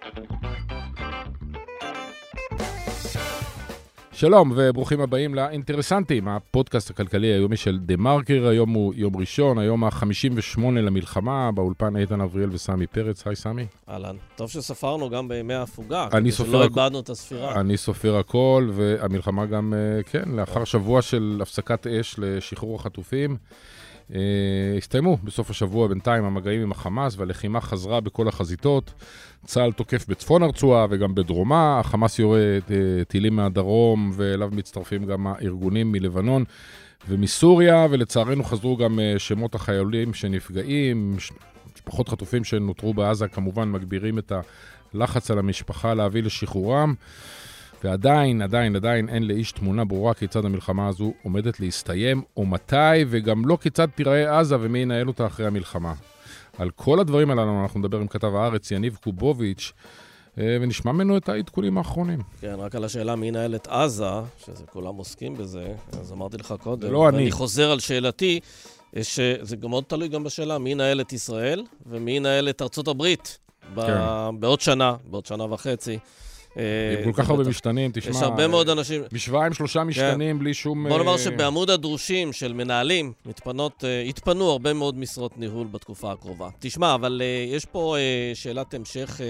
שלום וברוכים הבאים לאינטרסנטים, הפודקאסט הכלכלי היומי של דה מרקר. היום הוא יום ראשון, היום ה-58 למלחמה, באולפן איתן אבריאל וסמי פרץ. היי סמי. אהלן, טוב שספרנו גם בימי ההפוגה, כדי שלא איבדנו את הספירה. אני סופר הכל, והמלחמה גם, כן, לאחר שבוע של הפסקת אש לשחרור החטופים, הסתיימו בסוף השבוע בינתיים המגעים עם החמאס, והלחימה חזרה בכל החזיתות. צה"ל תוקף בצפון הרצועה וגם בדרומה, החמאס יורה טילים מהדרום, ואליו מצטרפים גם הארגונים מלבנון ומסוריה, ולצערנו חזרו גם שמות החיילים שנפגעים, משפחות חטופים שנותרו בעזה כמובן מגבירים את הלחץ על המשפחה להביא לשחרורם, ועדיין אין לאיש תמונה ברורה כיצד המלחמה הזו עומדת להסתיים, או מתי, וגם לא כיצד תיראה עזה ומי ינהל אותה אחרי המלחמה. על כל הדברים הללו אנחנו נדבר עם כתב הארץ יניב קובוביץ', ונשמע ממנו את העדכונים האחרונים. כן, רק על השאלה מי ינהל את עזה, שזה כולם עוסקים בזה, אז אמרתי לך קודם. לא אני. אני חוזר על שאלתי, שזה גם מאוד תלוי גם בשאלה מי ינהל את ישראל, ומי ינהל את ארצות הברית בעוד שנה וחצי. כל כך הרבה משתנים, תשמע. יש הרבה מאוד אנשים. משוואה 3 משתנים בלי שום... בוא נאמר שבעמוד הדרושים של מנהלים התפנו הרבה מאוד משרות ניהול בתקופה הקרובה. תשמע, אבל יש פה שאלת המשך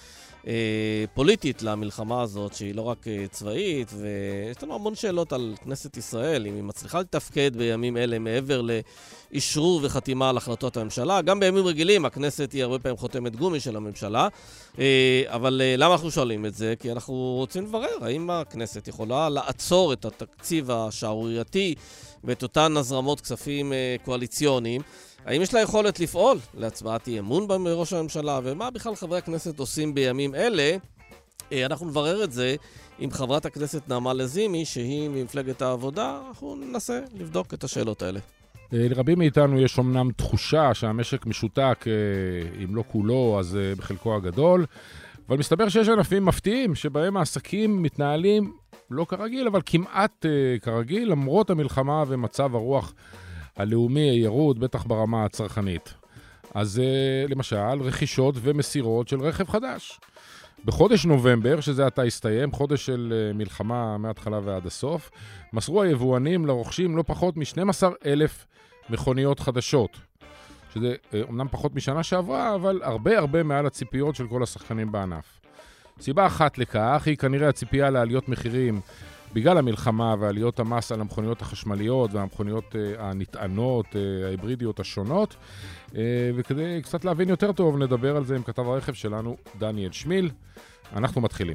פוליטית למלחמה הזאת, שהיא לא רק צבאית, ויש לנו המון שאלות על כנסת ישראל, אם היא מצליחה לתפקד בימים אלה מעבר לאישרור וחתימה על החלטות הממשלה. גם בימים רגילים הכנסת היא הרבה פעמים חותמת גומי של הממשלה, אבל למה אנחנו שואלים את זה? כי אנחנו רוצים לברר האם הכנסת יכולה לעצור את התקציב השערורייתי ואת אותן הזרמות כספים קואליציוניים. האם יש לה יכולת לפעול להצבעת אי אמון בראש הממשלה, ומה בכלל חברי הכנסת עושים בימים אלה? אנחנו נברר את זה עם חברת הכנסת נעמה לזימי, שהיא ממפלגת העבודה. אנחנו ננסה לבדוק את השאלות האלה. לרבים מאיתנו יש אומנם תחושה שהמשק משותק, אם לא כולו, אז בחלקו הגדול, אבל מסתבר שיש ענפים מפתיעים שבהם העסקים מתנהלים לא כרגיל, אבל כמעט כרגיל, למרות המלחמה ומצב הרוח הלאומי הירוד, בטח ברמה הצרכנית. אז למשל, רכישות ומסירות של רכב חדש. בחודש נובמבר, שזה עתה הסתיים, חודש של מלחמה מההתחלה ועד הסוף, מסרו היבואנים לרוכשים לא פחות מ-12,000 מכוניות חדשות. שזה אומנם פחות משנה שעברה, אבל הרבה מעל הציפיות של כל השחקנים בענף. סיבה אחת לכך היא כנראה הציפייה לעליות מחירים בגלל המלחמה ועליות המס על המכוניות החשמליות והמכוניות הנטענות, ההיברידיות השונות. וכדי קצת להבין יותר טוב, נדבר על זה עם כתב הרכב שלנו, דניאל שמיל. אנחנו מתחילים.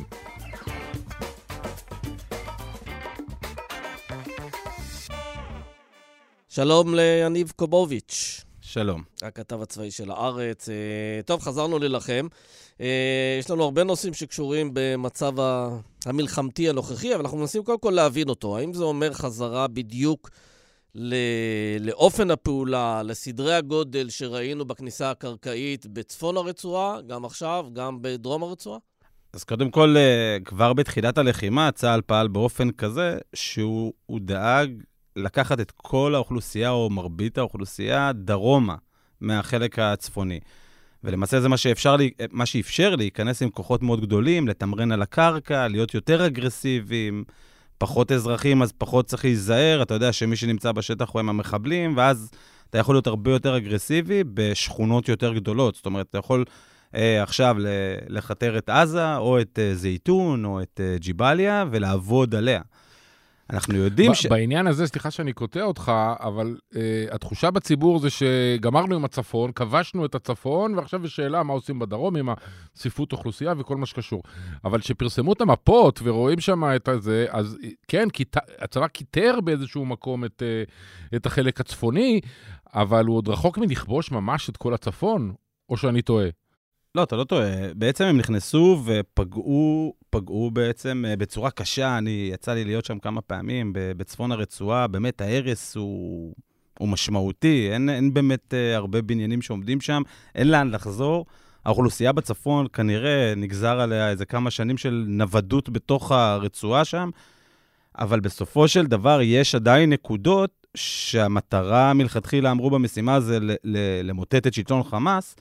שלום ליניב קובוביץ'. שלום. הכתב הצבאי של הארץ. טוב, חזרנו ללחם. יש לנו הרבה נושאים שקשורים במצב המלחמתי הנוכחי, אבל אנחנו מנסים קודם כל להבין אותו. האם זה אומר חזרה בדיוק לאופן הפעולה, לסדרי הגודל שראינו בכניסה הקרקעית בצפון הרצועה, גם עכשיו, גם בדרום הרצועה? אז קודם כל, כבר בתחילת הלחימה, צה"ל פעל באופן כזה שהוא דאג לקחת את כל האוכלוסייה או מרבית האוכלוסייה דרומה מהחלק הצפוני. ולמעשה זה מה שאפשר להיכנס עם כוחות מאוד גדולים, לתמרן על הקרקע, להיות יותר אגרסיביים, פחות אזרחים, אז פחות צריך להיזהר. אתה יודע שמי שנמצא בשטח הוא עם המחבלים, ואז אתה יכול להיות הרבה יותר אגרסיבי בשכונות יותר גדולות. זאת אומרת, אתה יכול עכשיו לחתר את עזה, או את זיתון, או את ג'יבליה, ולעבוד עליה. אנחנו יודעים בעניין הזה, סליחה שאני קוטע אותך, אבל התחושה בציבור זה שגמרנו עם הצפון, כבשנו את הצפון, ועכשיו יש שאלה מה עושים בדרום עם הצפיפות אוכלוסייה וכל מה שקשור. אבל שפרסמו את המפות ורואים שם את זה, אז כן, הצבא כיתר באיזשהו מקום את החלק הצפוני, אבל הוא עוד רחוק מלכבוש ממש את כל הצפון, או שאני טועה? לא, אתה לא טועה. בעצם הם נכנסו ופגעו בעצם בצורה קשה. יצא לי להיות שם כמה פעמים בצפון הרצועה. באמת ההרס הוא משמעותי. אין באמת הרבה בניינים שעומדים שם. אין לאן לחזור. האוכלוסייה בצפון כנראה נגזר עליה איזה כמה שנים של נוודות בתוך הרצועה שם. אבל בסופו של דבר יש עדיין נקודות שהמטרה מלכתחילה אמרו במשימה זה למוטט את שלטון חמאס,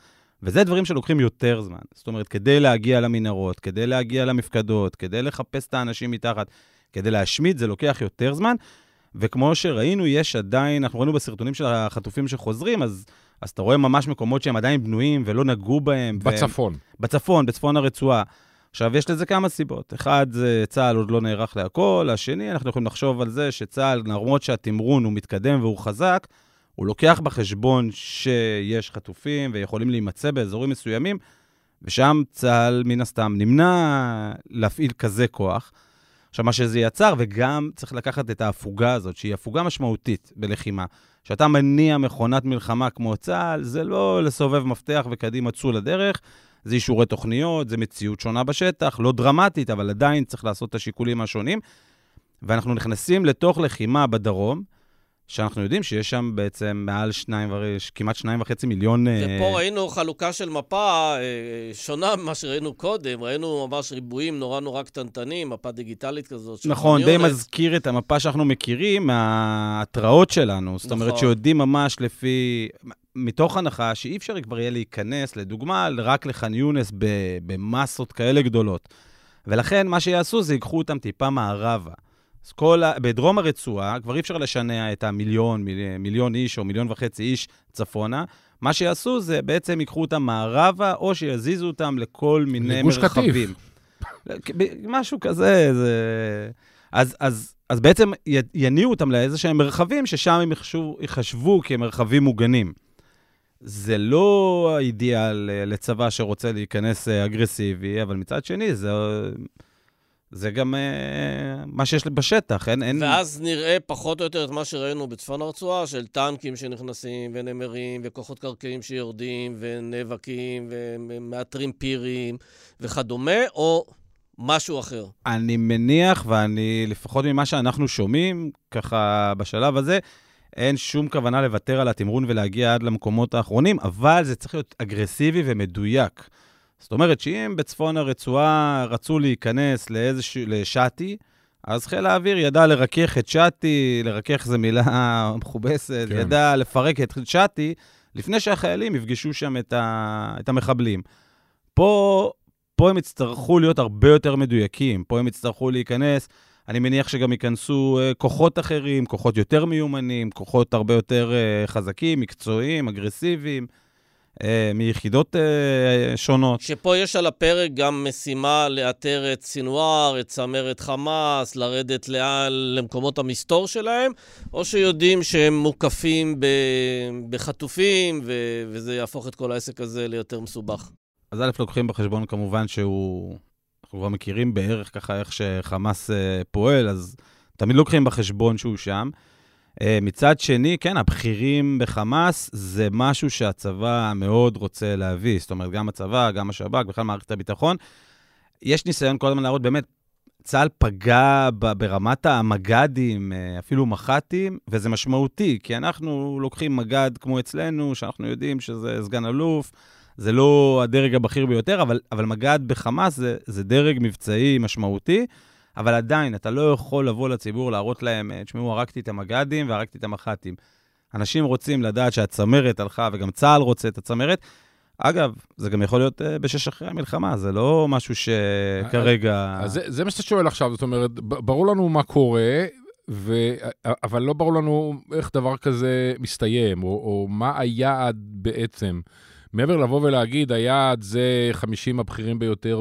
וזה דברים שלוקחים יותר זמן. זאת אומרת, כדי להגיע למנהרות, כדי להגיע למפקדות, כדי לחפש את האנשים מתחת, כדי להשמיד, זה לוקח יותר זמן. וכמו שראינו, יש עדיין, אנחנו ראינו בסרטונים של החטופים שחוזרים, אז אתה רואה ממש מקומות שהם עדיין בנויים ולא נגעו בהם. בצפון. בצפון, בצפון הרצועה. עכשיו, יש לזה כמה סיבות. אחד, זה צה"ל עוד לא נערך להכל. השני, אנחנו יכולים לחשוב על זה שצה"ל, למרות שהתמרון הוא מתקדם והוא חזק, הוא לוקח בחשבון שיש חטופים ויכולים להימצא באזורים מסוימים, ושם צה"ל מן הסתם נמנע להפעיל כזה כוח. עכשיו, מה שזה יצר, וגם צריך לקחת את ההפוגה הזאת, שהיא הפוגה משמעותית בלחימה. שאתה מניע מכונת מלחמה כמו צה"ל, זה לא לסובב מפתח וקדימה צאו לדרך, זה אישורי תוכניות, זה מציאות שונה בשטח, לא דרמטית, אבל עדיין צריך לעשות את השיקולים השונים. ואנחנו נכנסים לתוך לחימה בדרום, שאנחנו יודעים שיש שם בעצם מעל כמעט 2.5 מיליון... ופה ראינו חלוקה של מפה שונה ממה שראינו קודם, ראינו ממש ריבועים נורא קטנטנים, מפה דיגיטלית כזאת. נכון, די מזכיר את המפה שאנחנו מכירים מההתראות שלנו, זאת אומרת שיודעים ממש לפי... מתוך הנחה שאי אפשר כבר יהיה להיכנס, לדוגמה, רק לח'אן יונס במסות כאלה גדולות. ולכן מה שיעשו זה ייקחו אותם טיפה מערבה. אז בדרום הרצועה כבר אי אפשר לשנע את מיליון איש או 1.5 מיליון איש צפונה. מה שיעשו זה בעצם ייקחו אותם מערבה, או שיזיזו אותם לכל מיני מרחבים. משהו כזה. אז בעצם יניעו אותם לאיזה שהם מרחבים, ששם הם יחשבו כמרחבים מוגנים. זה לא האידיאל לצבא שרוצה להיכנס אגרסיבי, אבל מצד שני זה גם מה שיש בשטח. ואז נראה פחות או יותר את מה שראינו בצפון הרצועה, של טנקים שנכנסים ונמרים, וכוחות קרקעיים שיורדים, ונאבקים, ומאתרים פירים, וכדומה, או משהו אחר. אני מניח, ואני, לפחות ממה שאנחנו שומעים, ככה בשלב הזה, אין שום כוונה לוותר על התמרון ולהגיע עד למקומות האחרונים, אבל זה צריך להיות אגרסיבי ומדויק. זאת אומרת שאם בצפון הרצועה רצו להיכנס לשאטי, אז חיל האוויר ידע לרכך את שאטי, לרכך זו מילה מכובסת, כן. ידע לפרק את שאטי, לפני שהחיילים יפגשו שם את המחבלים. פה הם יצטרכו להיות הרבה יותר מדויקים, פה הם יצטרכו להיכנס, אני מניח שגם ייכנסו כוחות אחרים, כוחות יותר מיומנים, כוחות הרבה יותר חזקים, מקצועיים, אגרסיביים, מיחידות שונות. שפה יש על הפרק גם משימה לאתר את סינואר, את צמרת חמאס, לרדת למקומות המסתור שלהם, או שיודעים שהם מוקפים בחטופים, וזה יהפוך את כל העסק הזה ליותר מסובך. אז א' לוקחים בחשבון כמובן אנחנו כבר מכירים בערך ככה איך שחמאס פועל, אז תמיד לוקחים בחשבון שהוא שם. מצד שני, כן, הבכירים בחמאס זה משהו שהצבא מאוד רוצה להביא. זאת אומרת, גם הצבא, גם השב"כ, בכלל מערכת הביטחון. יש ניסיון כל הזמן להראות, באמת, צה"ל פגע ברמת המג"דים, אפילו מח"טים, וזה משמעותי, כי אנחנו לוקחים מג"ד כמו אצלנו, שאנחנו יודעים שזה סגן אלוף, זה לא הדרג הבכיר ביותר, אבל מג"ד בחמאס זה דרג מבצעי משמעותי, אבל עדיין, אתה לא יכול לבוא לציבור, להראות להם, תשמעו, הרגתי את המג"דים והרגתי את המח"טים. אנשים רוצים לדעת שהצמרת הלכה, וגם צה"ל רוצה את הצמרת. אגב, זה גם יכול להיות בשש אחרי המלחמה, זה לא משהו שכרגע... זה מה שאתה שואל עכשיו, זאת אומרת, ברור לנו מה קורה, אבל לא ברור לנו איך דבר כזה מסתיים, או מה היעד בעצם. מעבר לבוא ולהגיד, היעד זה 50 הבכירים ביותר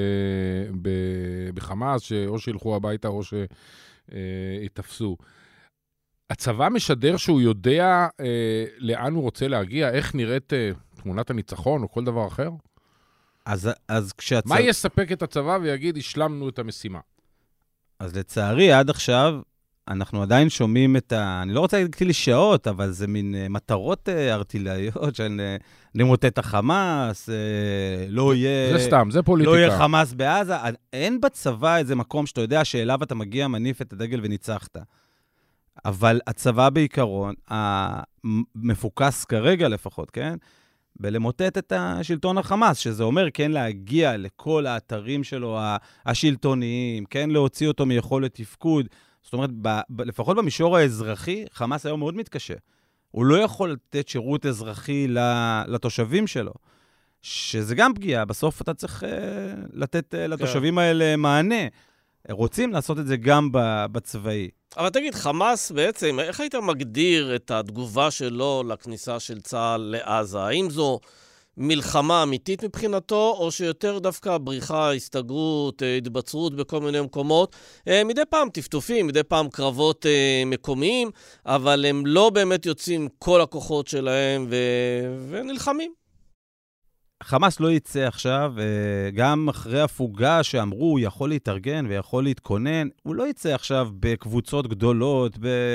בחמאס, שאו שילכו הביתה או שיתפסו. הצבא משדר שהוא יודע לאן הוא רוצה להגיע, איך נראית תמונת הניצחון או כל דבר אחר? אז מה יספק את הצבא ויגיד, השלמנו את המשימה? אז לצערי, עד עכשיו, אנחנו עדיין שומעים אני לא רוצה להגיד קלישאות, אבל זה מין מטרות ארטילריות של למוטט החמאס, לא יהיה... זה סתם, זה פוליטיקה. לא יהיה חמאס בעזה. אין בצבא איזה מקום שאתה יודע שאליו אתה מגיע, מניף את הדגל וניצחת. אבל הצבא בעיקרון, המפוקס כרגע לפחות, כן? בלמוטט את השלטון החמאס, שזה אומר כן להגיע לכל האתרים שלו השלטוניים, כן להוציא אותו מיכולת תפקוד. זאת אומרת, לפחות במישור האזרחי, חמאס היום מאוד מתקשה. הוא לא יכול לתת שירות אזרחי לתושבים שלו. שזה גם פגיעה. בסוף אתה צריך לתת לתושבים האלה מענה. רוצים לעשות את זה גם בצבאי. אבל תגיד, חמאס בעצם, איך היית מגדיר את התגובה שלו לכניסה של צה"ל לעזה? האם זו מלחמה אמיתית מבחינתו, או שיותר דווקא בריחה, הסתגרות, התבצרות בכל מיני מקומות? מדי פעם טפטופים, מדי פעם קרבות מקומיים, אבל הם לא באמת יוצאים כל הכוחות שלהם ונלחמים. חמאס לא יצא עכשיו, גם אחרי הפוגה שאמרו, הוא יכול להתארגן ויכול להתכונן, הוא לא יצא עכשיו בקבוצות גדולות,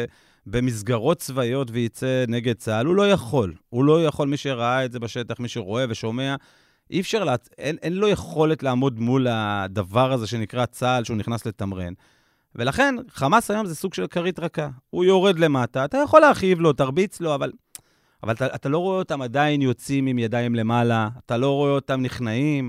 במסגרות צבאיות וייצא נגד צה"ל, הוא לא יכול. הוא לא יכול, מי שראה את זה בשטח, מי שרואה ושומע, אי אפשר, אין לו יכולת לעמוד מול הדבר הזה שנקרא צה"ל, שהוא נכנס לתמרן. ולכן, חמאס היום זה סוג של כרית רכה. הוא יורד למטה, אתה יכול להרחיב לו, תרביץ לו, אבל אתה לא רואה אותם עדיין יוצאים עם ידיים למעלה, אתה לא רואה אותם נכנעים.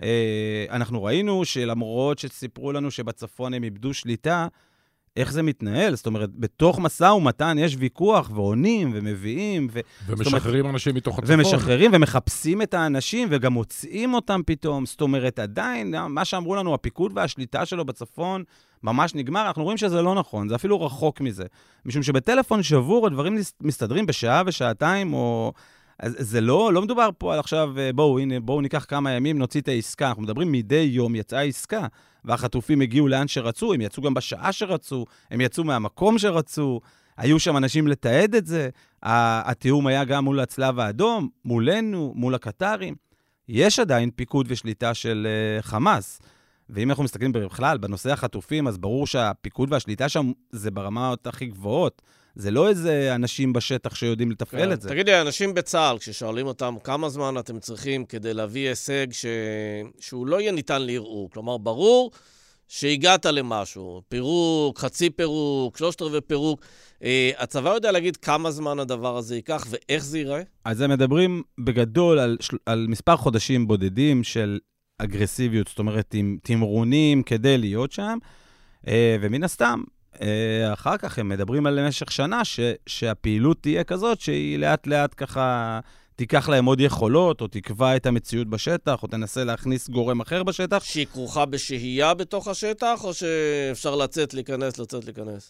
אנחנו ראינו שלמרות שסיפרו לנו שבצפון הם איבדו שליטה, איך זה מתנהל? זאת אומרת, בתוך משא ומתן יש ויכוח ועונים ומביאים. ומשחררים אנשים מתוך הצפון. ומשחררים ומחפשים את האנשים וגם מוצאים אותם פתאום. זאת אומרת, עדיין, מה שאמרו לנו, הפיקוד והשליטה שלו בצפון ממש נגמר. אנחנו רואים שזה לא נכון, זה אפילו רחוק מזה. משום שבטלפון שבור הדברים מסתדרים בשעה ושעתיים, או... אז זה לא מדובר פה על עכשיו, בואו ניקח כמה ימים, נוציא את העסקה. אנחנו מדברים מדי יום יצאה עסקה, והחטופים הגיעו לאן שרצו, הם יצאו גם בשעה שרצו, הם יצאו מהמקום שרצו, היו שם אנשים לתעד את זה, התיאום היה גם מול הצלב האדום, מולנו, מול הקטרים. יש עדיין פיקוד ושליטה של חמאס, ואם אנחנו מסתכלים בכלל בנושא החטופים, אז ברור שהפיקוד והשליטה שם זה ברמות הכי גבוהות, זה לא איזה אנשים בשטח שיודעים לתפעל את זה. תגידי, אנשים בצה"ל, כששואלים אותם כמה זמן אתם צריכים כדי להביא הישג שהוא לא יהיה ניתן לערעור, כלומר, ברור שהגעת למשהו, פירוק, חצי פירוק, 3/4 פירוק, הצבא יודע להגיד כמה זמן הדבר הזה ייקח ואיך זה ייראה? אז הם מדברים בגדול על מספר חודשים בודדים של אגרסיביות, זאת אומרת, עם תמרונים כדי להיות שם, ומן הסתם, אחר כך הם מדברים על משך שנה שהפעילות תהיה כזאת שהיא לאט לאט ככה תיקח להם עוד יכולות, או תקבע את המציאות בשטח, או תנסה להכניס גורם אחר בשטח. שהיא כרוכה בשהייה בתוך השטח, או שאפשר לצאת, להיכנס, להיכנס?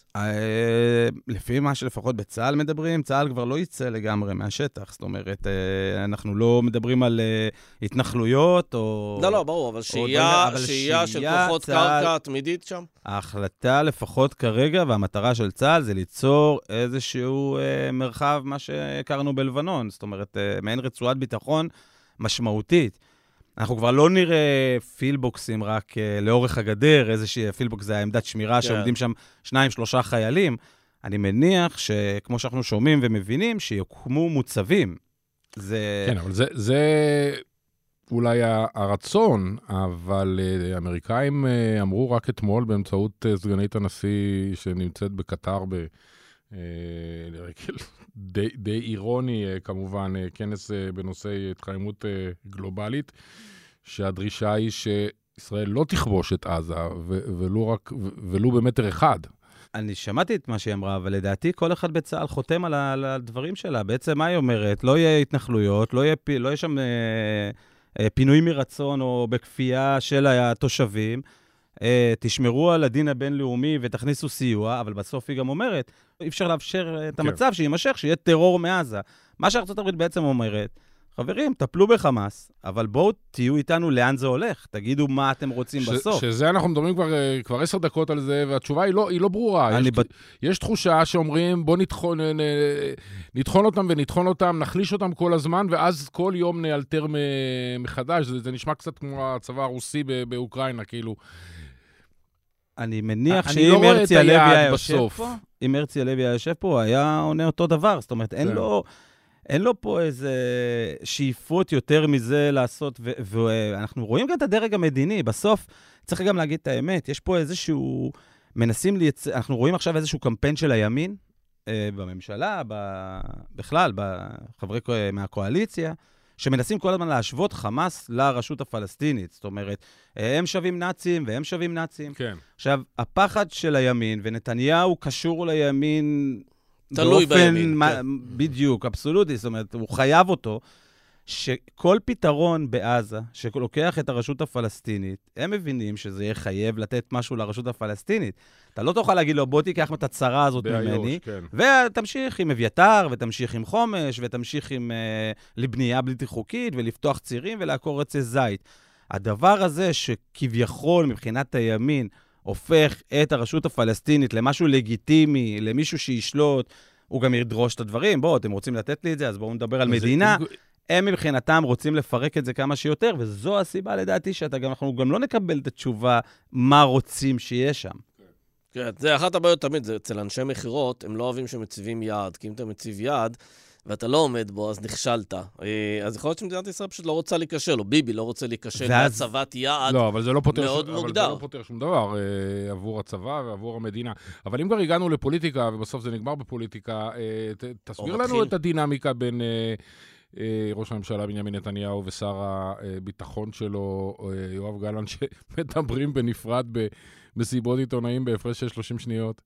לפי מה שלפחות בצה"ל מדברים, צה"ל כבר לא יצא לגמרי מהשטח. זאת אומרת, אנחנו לא מדברים על התנחלויות, או... לא, ברור, אבל שהייה של כוחות קרקע תמידית שם? ההחלטה לפחות כרגע, והמטרה של צה"ל זה ליצור איזשהו מרחב, מה שהכרנו בלבנון. זאת אומרת, מעין רצועת ביטחון משמעותית. אנחנו כבר לא נראה פילבוקסים רק לאורך הגדר, איזושהי פילבוקס זה העמדת שמירה שעומדים שם 2-3 חיילים. אני מניח שכמו שאנחנו שומעים ומבינים, שיוקמו מוצבים. כן, אבל זה אולי הרצון, אבל האמריקאים אמרו רק אתמול באמצעות סגנית הנשיא שנמצאת בקטר די אירוני, כמובן, כנס בנושא התחממות גלובלית, שהדרישה היא שישראל לא תכבוש את עזה, ולו במטר אחד. אני שמעתי את מה שהיא אמרה, אבל לדעתי כל אחד בצה"ל חותם על הדברים שלה. בעצם מה היא אומרת? לא יהיה התנחלויות, לא יהיה שם פינוי מרצון או בכפייה של התושבים, תשמרו על הדין הבינלאומי ותכניסו סיוע, אבל בסוף היא גם אומרת, אי אפשר לאפשר את המצב שימשך, שיהיה טרור מעזה. מה שארצות הברית בעצם אומרת, חברים, טפלו בחמאס, אבל בואו תהיו איתנו לאן זה הולך, תגידו מה אתם רוצים בסוף. שזה אנחנו מדברים כבר 10 דקות על זה, והתשובה היא לא ברורה. יש תחושה שאומרים, בואו נטחון אותם ונטחון אותם, נחליש אותם כל הזמן, ואז כל יום נאלתר מחדש. זה נשמע קצת כמו הצבא הרוסי באוקראינה, כאילו. אני מניח שאם הרצי הלוי היה יושב פה, הוא היה עונה אותו דבר. זאת אומרת, אין לו פה איזה שאיפות יותר מזה לעשות, ואנחנו רואים גם את הדרג המדיני. בסוף, צריך גם להגיד את האמת, יש פה איזשהו, אנחנו רואים עכשיו איזשהו קמפיין של הימין, בממשלה, בכלל, בחברי מהקואליציה, שמנסים כל הזמן להשוות חמאס לרשות הפלסטינית. זאת אומרת, הם שווים נאצים והם שווים נאצים. כן. עכשיו, הפחד של הימין, ונתניהו קשור לימין... תלוי בימין. בדיוק, אבסולוטי. זאת אומרת, הוא חייב אותו, שכל פתרון בעזה, שלוקח את הרשות הפלסטינית, הם מבינים שזה יהיה חייב לתת משהו לרשות הפלסטינית. אתה לא תוכל להגיד לו, בוא תיקח את הצרה הזאת ממני, כן. ותמשיך עם אביתר, ותמשיך עם חומש, ותמשיך עם לבנייה בלתי חוקית, ולפתוח צירים ולעקור עצי זית. הדבר הזה שכביכול מבחינת הימין, הופך את הרשות הפלסטינית למשהו לגיטימי, למישהו שישלוט, הוא גם ידרוש את הדברים. בואו, אתם רוצים לתת לי את זה, אז בואו נדבר על מדינה. הם מבחינתם רוצים לפרק את זה כמה שיותר, וזו הסיבה לדעתי שאנחנו גם לא נקבל את התשובה מה רוצים שיהיה שם. כן, זה אחת הבעיות תמיד, זה אצל אנשי מחירות, הם לא אוהבים שמציבים יעד, כי אם אתה מציב יעד, ואתה לא עומד בו, אז נכשלת. אז יכול להיות שמדינת ישראל פשוט לא רוצה להיכשל, או ביבי לא רוצה להיכשל בהצבת יעד מאוד מוגדר. אבל זה לא פותר שום דבר עבור הצבא ועבור המדינה. אבל אם כבר הגענו לפוליטיקה, ובסוף זה נגמר בפוליטיקה, תסביר לנו את הדינמיקה בין ראש הממשלה בנימין נתניהו ושר הביטחון שלו, יואב גלנט, שמדברים בנפרד במסיבות עיתונאים בהפרש של 30 שניות.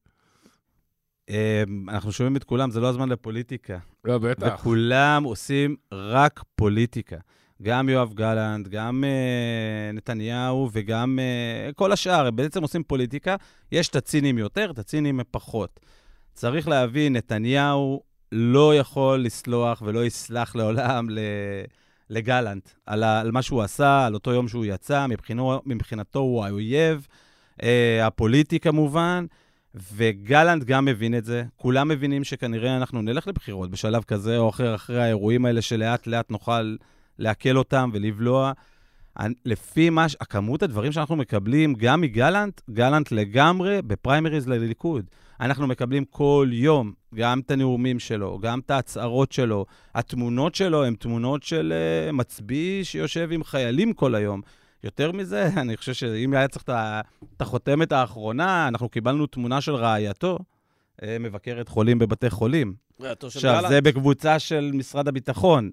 אנחנו שומעים את כולם, זה לא הזמן לפוליטיקה. לא, בטח. וכולם עושים רק פוליטיקה. גם יואב גלנט, גם נתניהו וגם כל השאר, הם בעצם עושים פוליטיקה. יש את הצינים יותר, את הצינים פחות. צריך להבין, נתניהו לא יכול לסלוח ולא יסלח לעולם לגלנט על מה שהוא עשה, על אותו יום שהוא יצא, מבחינתו הוא האויב, הפוליטי כמובן, וגלנט גם מבין את זה. כולם מבינים שכנראה אנחנו נלך לבחירות בשלב כזה או אחרי האירועים האלה שלאט לאט נוכל להקל אותם ולבלוע. לפי הכמות הדברים שאנחנו מקבלים גם מגלנט, גלנט לגמרי בפריימריז לליכוד. אנחנו מקבלים כל יום גם את הנאומים שלו, גם את ההצהרות שלו. התמונות שלו הן תמונות של מצביע שיושב עם חיילים כל היום. יותר מזה, אני חושב שאם היה צריך את החותמת האחרונה, אנחנו קיבלנו תמונה של רעייתו, מבקרת חולים בבתי חולים. עכשיו, זה בקבוצה של משרד הביטחון.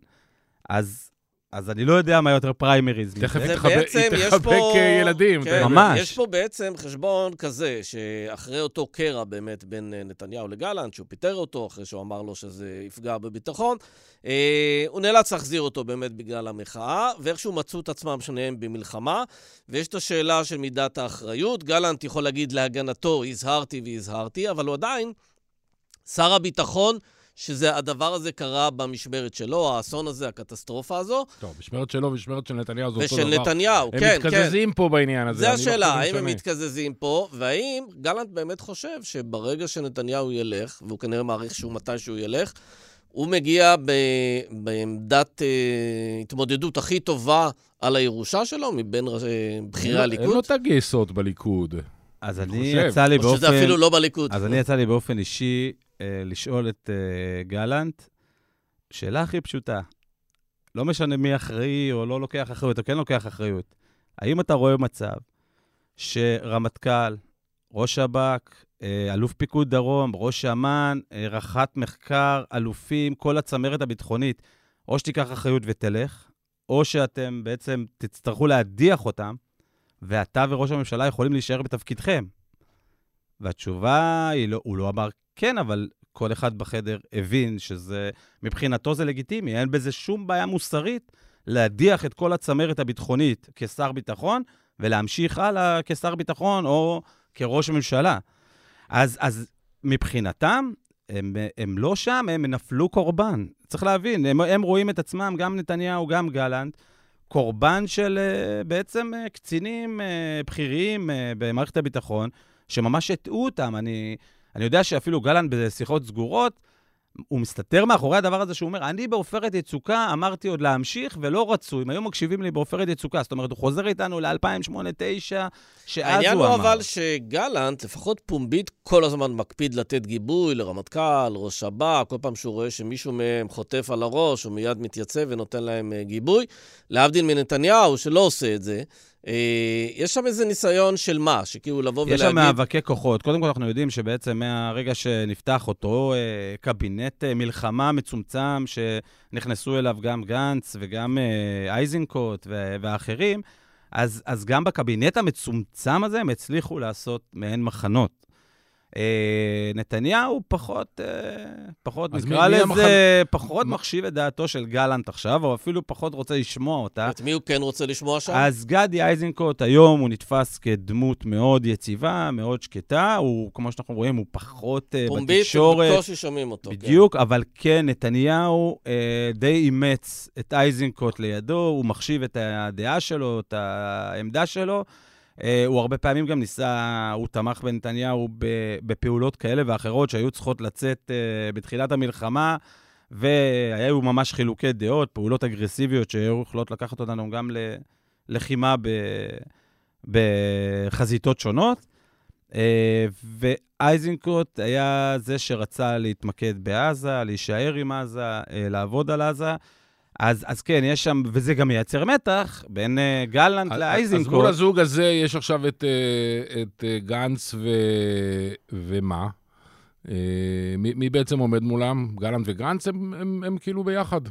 אז אני לא יודע מה יותר פריימריז. תכף תחבק ילדים. ממש. יש פה בעצם חשבון כזה, שאחרי אותו קרע באמת בין נתניהו לגלנט, שהוא פיטר אותו, אחרי שהוא אמר לו שזה יפגע בביטחון, הוא נאלץ להחזיר אותו באמת בגלל המחאה, ואיכשהו מצאו את עצמם שניהם במלחמה, ויש את השאלה של מידת האחריות. גלנט יכול להגיד להגנתו, הזהרתי והזהרתי, אבל הוא עדיין שר הביטחון, שזה הדבר הזה קרה במשמרת שלו, האסון הזה, הקטסטרופה הזו. טוב, משמרת שלו ומשמרת של נתניהו זה אותו דבר. ושל נתניהו, כן, כן. הם מתקזזים פה בעניין הזה. זה השאלה, האם הם מתקזזים פה, והאם גלנט באמת חושב שברגע שנתניהו ילך, והוא כנראה מעריך שהוא מתי שהוא ילך, הוא מגיע בעמדת התמודדות הכי טובה על הירושה שלו, מבין בחירי הליכוד. אין לו תג יסוד בליכוד. אז אני יצא לי באופן... או שזה אפילו לא בליכוד. אז אני יצא לי באופן אישי לשאול את גלנט, שאלה הכי פשוטה, לא משנה מי אחראי או לא לוקח אחריות, או כן לוקח אחריות. האם אתה רואה מצב שרמטכ"ל, ראש שב"כ, אלוף פיקוד דרום, ראש אמ"ן, רח"ט מחקר, אלופים, כל הצמרת הביטחונית, או שתיקח אחריות ותלך, או שאתם בעצם תצטרכו להדיח אותם, ואתה וראש הממשלה יכולים להישאר בתפקידכם? והתשובה היא לא, הוא לא אמר כן, אבל כל אחד בחדר הבין שזה, מבחינתו זה לגיטימי, אין בזה שום בעיה מוסרית להדיח את כל הצמרת הביטחונית כשר ביטחון, ולהמשיך הלאה כשר ביטחון או כראש ממשלה. אז מבחינתם, הם לא שם, הם נפלו קורבן. צריך להבין, הם רואים את עצמם, גם נתניהו, גם גלנט, קורבן של בעצם קצינים בכירים במערכת הביטחון, שממש הטעו אותם. אני יודע שאפילו גלנט בשיחות סגורות, הוא מסתתר מאחורי הדבר הזה שהוא אומר, אני בעופרת יצוקה אמרתי עוד להמשיך ולא רצו, אם היו מקשיבים לי בעופרת יצוקה, זאת אומרת, הוא חוזר איתנו ל-2008-2009, שאז הוא אמר. העניין הוא אבל שגלנט, לפחות פומבית, כל הזמן מקפיד לתת גיבוי לרמטכ"ל, ראש שב"כ, כל פעם שהוא רואה שמישהו מהם חוטף על הראש, הוא מיד מתייצב ונותן להם גיבוי, להבדיל מנתניהו שלא עושה את זה. יש שם איזה ניסיון של מה? שכאילו לבוא ולהגיד... יש שם מאבקי כוחות. קודם כל אנחנו יודעים שבעצם מהרגע שנפתח אותו קבינט מלחמה מצומצם שנכנסו אליו גם גנץ וגם אייזנקוט ואחרים, אז גם בקבינט המצומצם הזה הם הצליחו לעשות מעין מחנות. נתניהו פחות נקרא לזה, פחות מחשיב את דעתו של גלנט עכשיו, או אפילו פחות רוצה לשמוע אותה. את מי הוא כן רוצה לשמוע שם? אז גדי איזנקוט היום הוא נתפס כדמות מאוד יציבה, מאוד שקטה, הוא, כמו שאנחנו רואים, הוא פחות בתקשורת. פומבית, בקושי שומעים אותו. בדיוק, כן. אבל כן, נתניהו די אימץ את איזנקוט לידו, הוא מחשיב את הדעה שלו, את העמדה שלו, הוא הרבה פעמים גם ניסה, הוא תמך בנתניהו בפעולות כאלה ואחרות שהיו צריכות לצאת בתחילת המלחמה, והיו ממש חילוקי דעות, פעולות אגרסיביות שהיו יכולות לקחת אותנו גם ללחימה בחזיתות שונות. ואייזנקוט היה זה שרצה להתמקד בעזה, להישאר עם עזה, לעבוד על עזה. אז כן, יש שם, וזה גם מייצר מתח בין גלנט לאייזנקוט. אז מול הזוג הזה יש עכשיו את גנץ ומה? מי בעצם עומד מולם? גלנט וגנץ הם כאילו ביחד.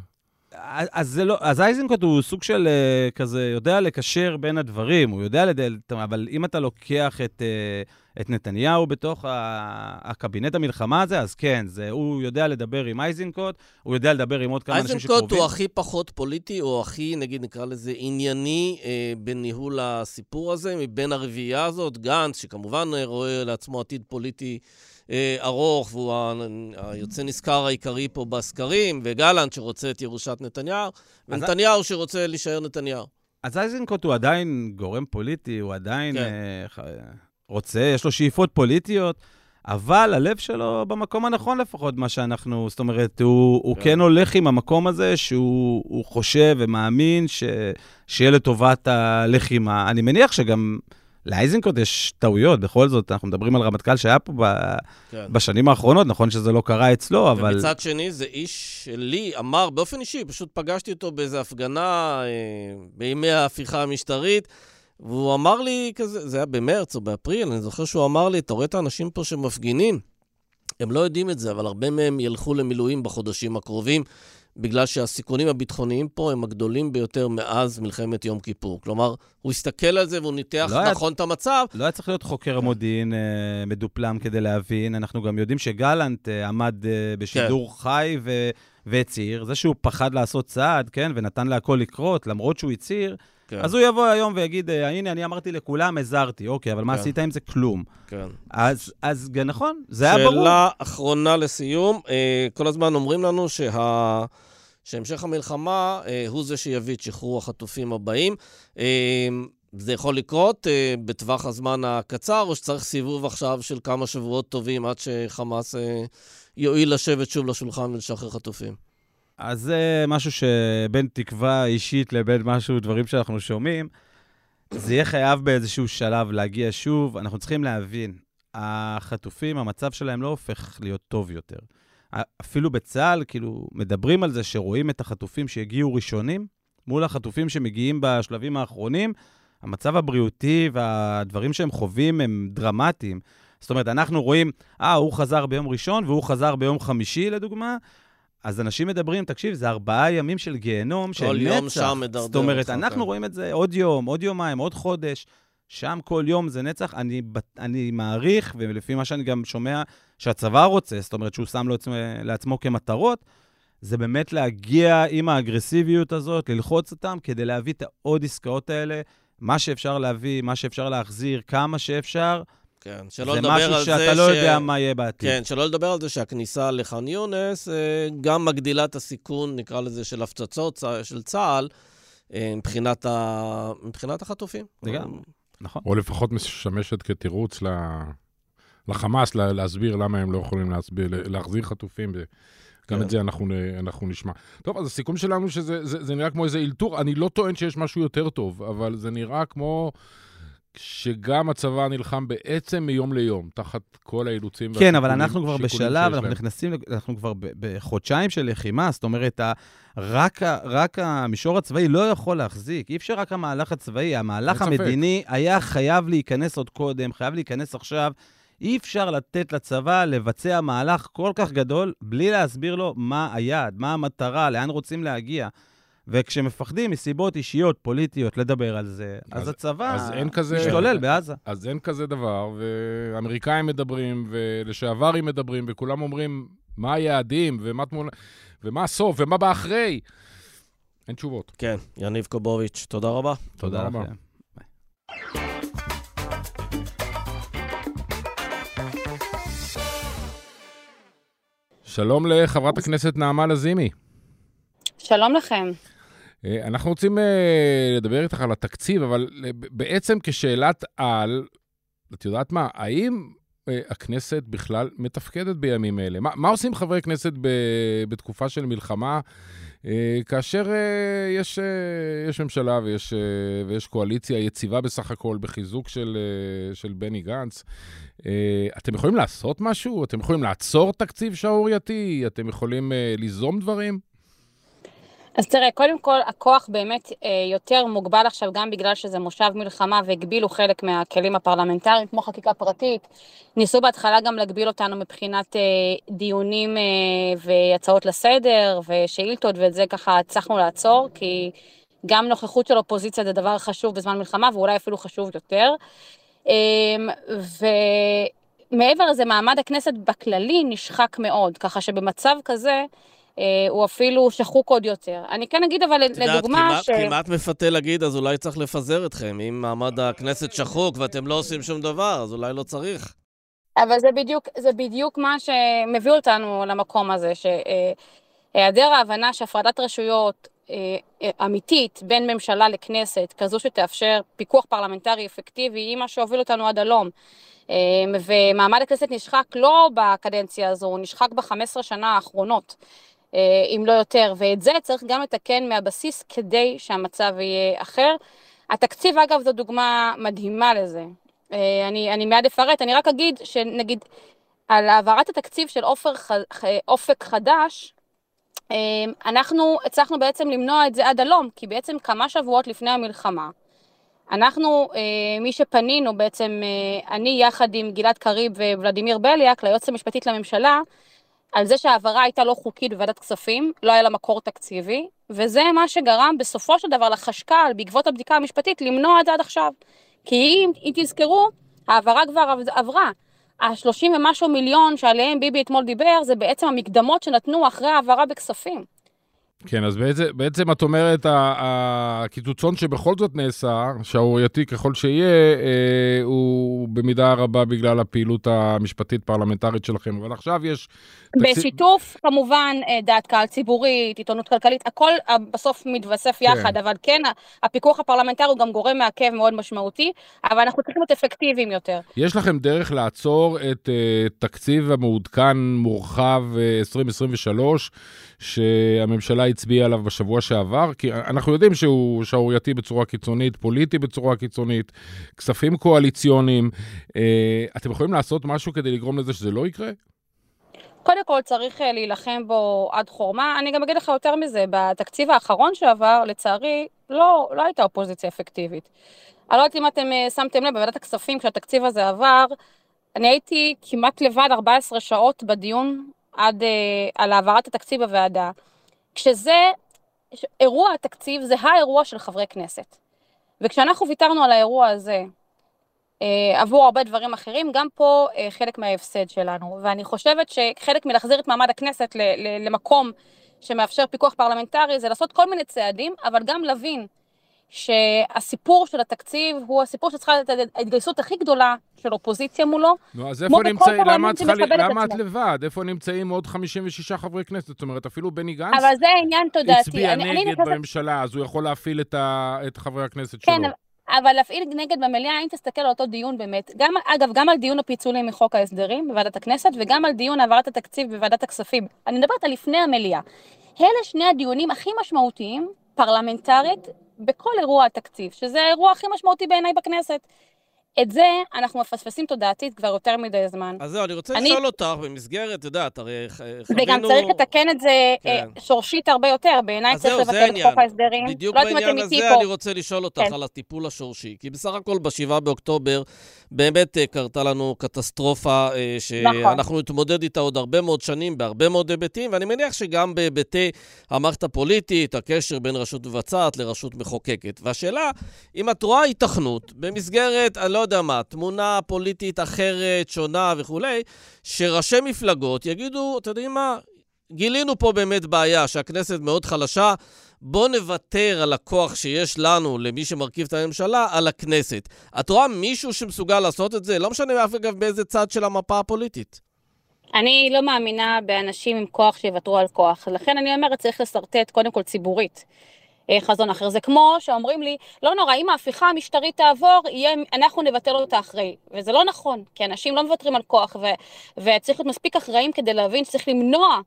אז אייזנקוט הוא סוג של כזה, יודע לקשר בין הדברים, הוא יודע אבל אם אתה לוקח את נתניהו בתוך הקבינט המלחמה הזה, אז כן, הוא יודע לדבר עם אייזנקוט, הוא יודע לדבר עם עוד כמה אנשים שקרובים. אייזנקוט הוא הכי פחות פוליטי, או הכי, נגיד נקרא לזה, ענייני בניהול הסיפור הזה, מבין הרביעייה הזאת, גנץ, שכמובן רואה לעצמו עתיד פוליטי ארוך, והוא היוצא נזכר העיקרי פה בסקרים, וגלנט שרוצה את ירושת נתניהו, ונתניהו שרוצה להישאר נתניהו. אז אייזנקוט הוא עדיין גורם פוליטי, הוא עדיין רוצה, יש לו שאיפות פוליטיות, אבל הלב שלו במקום הנכון לפחות, מה שאנחנו, זאת אומרת, הוא כן הולך עם המקום הזה, שהוא חושב ומאמין שיהיה לטובת הלחימה. אני מניח שגם לאייזנקוט יש טעויות, בכל זאת, אנחנו מדברים על רמטכ"ל שהיה פה בשנים האחרונות, נכון שזה לא קרה אצלו, אבל... ומצד שני, זה איש שלי אמר, באופן אישי, פשוט פגשתי אותו באיזו הפגנה בימי ההפיכה המשטרית, והוא אמר לי כזה, זה היה במרץ או באפריל, אני זוכר שהוא אמר לי, אתה רואה את האנשים פה שמפגינים, הם לא יודעים את זה, אבל הרבה מהם ילכו למילואים בחודשים הקרובים, בגלל שהסיכונים הביטחוניים פה הם הגדולים ביותר מאז מלחמת יום כיפור. כלומר, הוא הסתכל על זה והוא ניתח נכון את המצב. לא היה צריך להיות חוקר המודיעין מדופלם כדי להבין. אנחנו גם יודעים שגלנט עמד בשידור חי והציר. זה שהוא פחד לעשות צעד, כן, ונתן להכל לקרות, למרות שהוא הציר, אז הוא יבוא היום ויגיד, הנה, אני אמרתי לכולם, הזרתי, אוקיי, אבל מה עשית עם זה? כלום. כן. אז נכון, זה היה ברור. שאלה אחרונה לסיום, כל הזמן אומרים לנו שהמשך המלחמה הוא זה שיביא את שחרור החטופים הבאים. זה יכול לקרות בטווח הזמן הקצר, או שצריך סיבוב עכשיו של כמה שבועות טובים עד שחמאס יועיל לשבת שוב לשולחן ולשחרר חטופים? אז זה משהו שבין תקווה אישית לבין משהו, דברים שאנחנו שומעים, זה יהיה חייב באיזשהו שלב להגיע שוב. אנחנו צריכים להבין, החטופים, המצב שלהם לא הופך להיות טוב יותר. אפילו בצה"ל, כאילו, מדברים על זה שרואים את החטופים שהגיעו ראשונים, מול החטופים שמגיעים בשלבים האחרונים, המצב הבריאותי והדברים שהם חווים הם דרמטיים. זאת אומרת, אנחנו רואים, הוא חזר ביום ראשון והוא חזר ביום חמישי, לדוגמה, אז אנשים מדברים, תקשיב, זה 4 ימים של גיהנום, של נצח. כל יום שם מדרדר. זאת אומרת, אנחנו רואים את זה עוד יום, עוד יומיים, עוד חודש, שם כל יום זה נצח. אני מעריך, ולפי מה שאני גם שומע, שהצבא רוצה, זאת אומרת שהוא שם לעצמו כמטרות, זה באמת להגיע עם האגרסיביות הזאת, ללחוץ אותם, כדי להביא את העוד עסקאות האלה, מה שאפשר להביא, מה שאפשר להחזיר, כמה שאפשר. כן, זה משהו שאתה לא יודע מה יהיה בעתיד. כן, שלא לדבר על זה שהכניסה לח'אן יונס גם מגדילה את הסיכון, נקרא לזה, של הפצצות של צה"ל, מבחינת החטופים. זה גם, נכון. או לפחות משמשת כתירוץ לחמאס להסביר למה הם לא יכולים להחזיר חטופים. גם את זה אנחנו נשמע. טוב, אז הסיכום שלנו שזה נראה כמו איזה אילתור. אני לא טוען שיש משהו יותר טוב, אבל זה נראה כמו שגם הצבא נלחם בעצם מיום ליום, תחת כל האילוצים. כן, אבל אנחנו כבר בשלב, אנחנו כבר בחודשיים של לחימה, זאת אומרת, רק המישור הצבאי לא יכול להחזיק, אי אפשר רק המהלך הצבאי, המהלך המדיני היה חייב להיכנס עוד קודם, חייב להיכנס עכשיו, אי אפשר לתת לצבא לבצע מהלך כל כך גדול, בלי להסביר לו מה היעד, מה המטרה, לאן רוצים להגיע. וכשמפחדים מסיבות אישיות, פוליטיות, לדבר על זה, אז הצבא משתולל בעזה. אז אין כזה דבר, ואמריקאים מדברים, ולשעברים מדברים, וכולם אומרים מה היעדים, ומה הסוף, ומה בא אחרי. אין תשובות. כן, יניב קובוביץ', תודה רבה. תודה רבה. שלום לחברת הכנסת נעמה לזימי. שלום לכם. אנחנו רוצים לדבר איתך על התקציב, אבל בעצם כשאלת על, את יודעת מה, האם הכנסת בכלל מתפקדת בימים אלה? מה עושים חברי כנסת בתקופה של מלחמה, כאשר יש ממשלה ויש קואליציה יציבה בסך הכל בחיזוק של בני גנץ? אתם יכולים לעשות משהו? אתם יכולים לעצור תקציב שערורייתי? אתם יכולים ליזום דברים? אז תראה, קודם כל, הכוח באמת יותר מוגבל עכשיו, גם בגלל שזה מושב מלחמה והגבילו חלק מהכלים הפרלמנטריים, כמו חקיקה פרטית. ניסו בהתחלה גם להגביל אותנו מבחינת דיונים והצעות לסדר ושאילתות, ואת זה ככה הצלחנו לעצור, כי גם נוכחות של אופוזיציה זה דבר חשוב בזמן מלחמה, ואולי אפילו חשוב יותר. ומעבר לזה, מעמד הכנסת בכללי נשחק מאוד, ככה שבמצב כזה, הוא אפילו שחוק עוד יותר. אני כן אגיד, אבל לדוגמה כמעט מפתה להגיד, אז אולי צריך לפזר אתכם. אם מעמד הכנסת שחוק ואתם לא עושים שום דבר, אז אולי לא צריך. אבל זה בדיוק מה שמביא אותנו למקום הזה, שהיעדר ההבנה שהפרדת רשויות אמיתית בין ממשלה לכנסת, כזו שתאפשר פיקוח פרלמנטרי אפקטיבי, היא מה שהוביל אותנו עד הלום. ומעמד הכנסת נשחק לא בקדנציה הזו, הוא נשחק ב-15 שנה האחרונות. אם לא יותר, ואת זה צריך גם לתקן מהבסיס כדי שהמצב יהיה אחר. התקציב, אגב, זו דוגמה מדהימה לזה. אני מיד אפרט, אני רק אגיד שנגיד, על העברת התקציב של אופק חדש, אנחנו הצלחנו בעצם למנוע את זה עד הלום, כי בעצם כמה שבועות לפני המלחמה, אנחנו, מי שפנינו בעצם, אני יחד עם גלעד קריב וולדימיר בליאק, ליועצת המשפטית לממשלה, על זה שהעברה הייתה לא חוקית בוועדת כספים, לא היה לה מקור תקציבי, וזה מה שגרם בסופו של דבר לחשכ"ל, בעקבות הבדיקה המשפטית, למנוע את זה עד עכשיו. כי אם תזכרו, העברה כבר עברה. 30 ומשהו מיליון שעליהם ביבי אתמול דיבר, זה בעצם המקדמות שנתנו אחרי העברה בכספים. כן, אז בעצם את אומרת, הקיצוצון שבכל זאת נעשה, שערורייתי ככל שיהיה, הוא במידה רבה בגלל הפעילות המשפטית פרלמנטרית שלכם. אבל עכשיו יש... בשיתוף, כמובן, דעת קהל ציבורית, עיתונות כלכלית, הכל בסוף מתווסף יחד, אבל כן, הפיקוח הפרלמנטרי הוא גם גורם מעכב מאוד משמעותי, אבל אנחנו צריכים להיות אפקטיביים יותר. יש לכם דרך לעצור את תקציב המעודכן מורחב 2023, שהממשלה הצביעה עליו בשבוע שעבר, כי אנחנו יודעים שהוא שערורייתי בצורה קיצונית, פוליטי בצורה קיצונית, כספים קואליציוניים. אתם יכולים לעשות משהו כדי לגרום לזה שזה לא יקרה? קודם כל צריך להילחם בו עד חורמה. אני גם אגיד לך יותר מזה, בתקציב האחרון שעבר, לצערי, לא הייתה אופוזיציה אפקטיבית. אני לא יודעת אם אתם שמתם לב, בוועדת הכספים, כשהתקציב הזה עבר, אני הייתי כמעט לבד 14 שעות בדיון על העברת התקציב בוועדה. כשזה, אירוע התקציב זה האירוע של חברי כנסת. וכשאנחנו ויתרנו על האירוע הזה, עבור הרבה דברים אחרים, גם פה חלק מההפסד שלנו. ואני חושבת שחלק מלהחזיר את מעמד הכנסת למקום שמאפשר פיקוח פרלמנטרי, זה לעשות כל מיני צעדים, אבל גם להבין שהסיפור של התקציב הוא הסיפור שצריכה לתת ההתגייסות הכי גדולה של אופוזיציה מולו. נו, אז איפה נמצאים, למה את לבד? איפה נמצאים עוד 56 חברי כנסת? זאת אומרת, אפילו בני גנץ אבל זה עניין תודעתי. הצביע נגד בממשלה, אז הוא יכול להפעיל את חברי הכנסת שלו. כן, אבל להפעיל נגד במליאה, אם תסתכל על אותו דיון באמת, אגב, גם על דיון הפיצולים מחוק ההסדרים בוועדת הכנסת, וגם על דיון העברת התקציב בוועדת הכספים. אני מדברת על לפני המליאה. אלה שני הדיונים הכי משמעותיים, פרלמנטרית, בכל אירוע התקציב, שזה האירוע הכי משמעותי בעיניי בכנסת. את זה אנחנו מפספסים תודעתית כבר יותר מדי זמן. אז זהו, אני רוצה לשאול אותך במסגרת, יודעת, הרי חווינו... וגם צריך לתקן את זה שורשית הרבה יותר, בעיניי צריך לבטל את חוק ההסדרים. בדיוק בעניין הזה אני רוצה לשאול אותך על הטיפול השורשי, כי בסך הכל ב7 באוקטובר באמת קרתה לנו קטסטרופה שאנחנו נתמודד איתה עוד הרבה מאוד שנים, בהרבה מאוד היבטים, ואני מניח שגם בהיבטי המערכת הפוליטית, הקשר בין רשות מבצעת לרשות מחוקקת. והשאלה, אם את רואה התכנות במסגרת, אני לא יודע מה, תמונה פוליטית אחרת, שונה וכו', שראשי מפלגות יגידו, אתם יודעים מה, גילינו פה באמת בעיה שהכנסת מאוד חלשה, בוא נוותר על הכוח שיש לנו, למי שמרכיב את הממשלה, על הכנסת. את רואה מישהו שמסוגל לעשות את זה? לא משנה אגב באיזה צד של המפה הפוליטית. אני לא מאמינה באנשים עם כוח שיוותרו על כוח. לכן אני אומרת, צריך לסרטט קודם כל ציבורית. חזון אחר. זה כמו שאומרים לי, לא נורא, אם ההפיכה המשטרית תעבור, אנחנו נבטל אותה אחרי. וזה לא נכון, כי אנשים לא מוותרים על כוח, וצריך להיות מספיק אחראים כדי להבין שצריך למנוע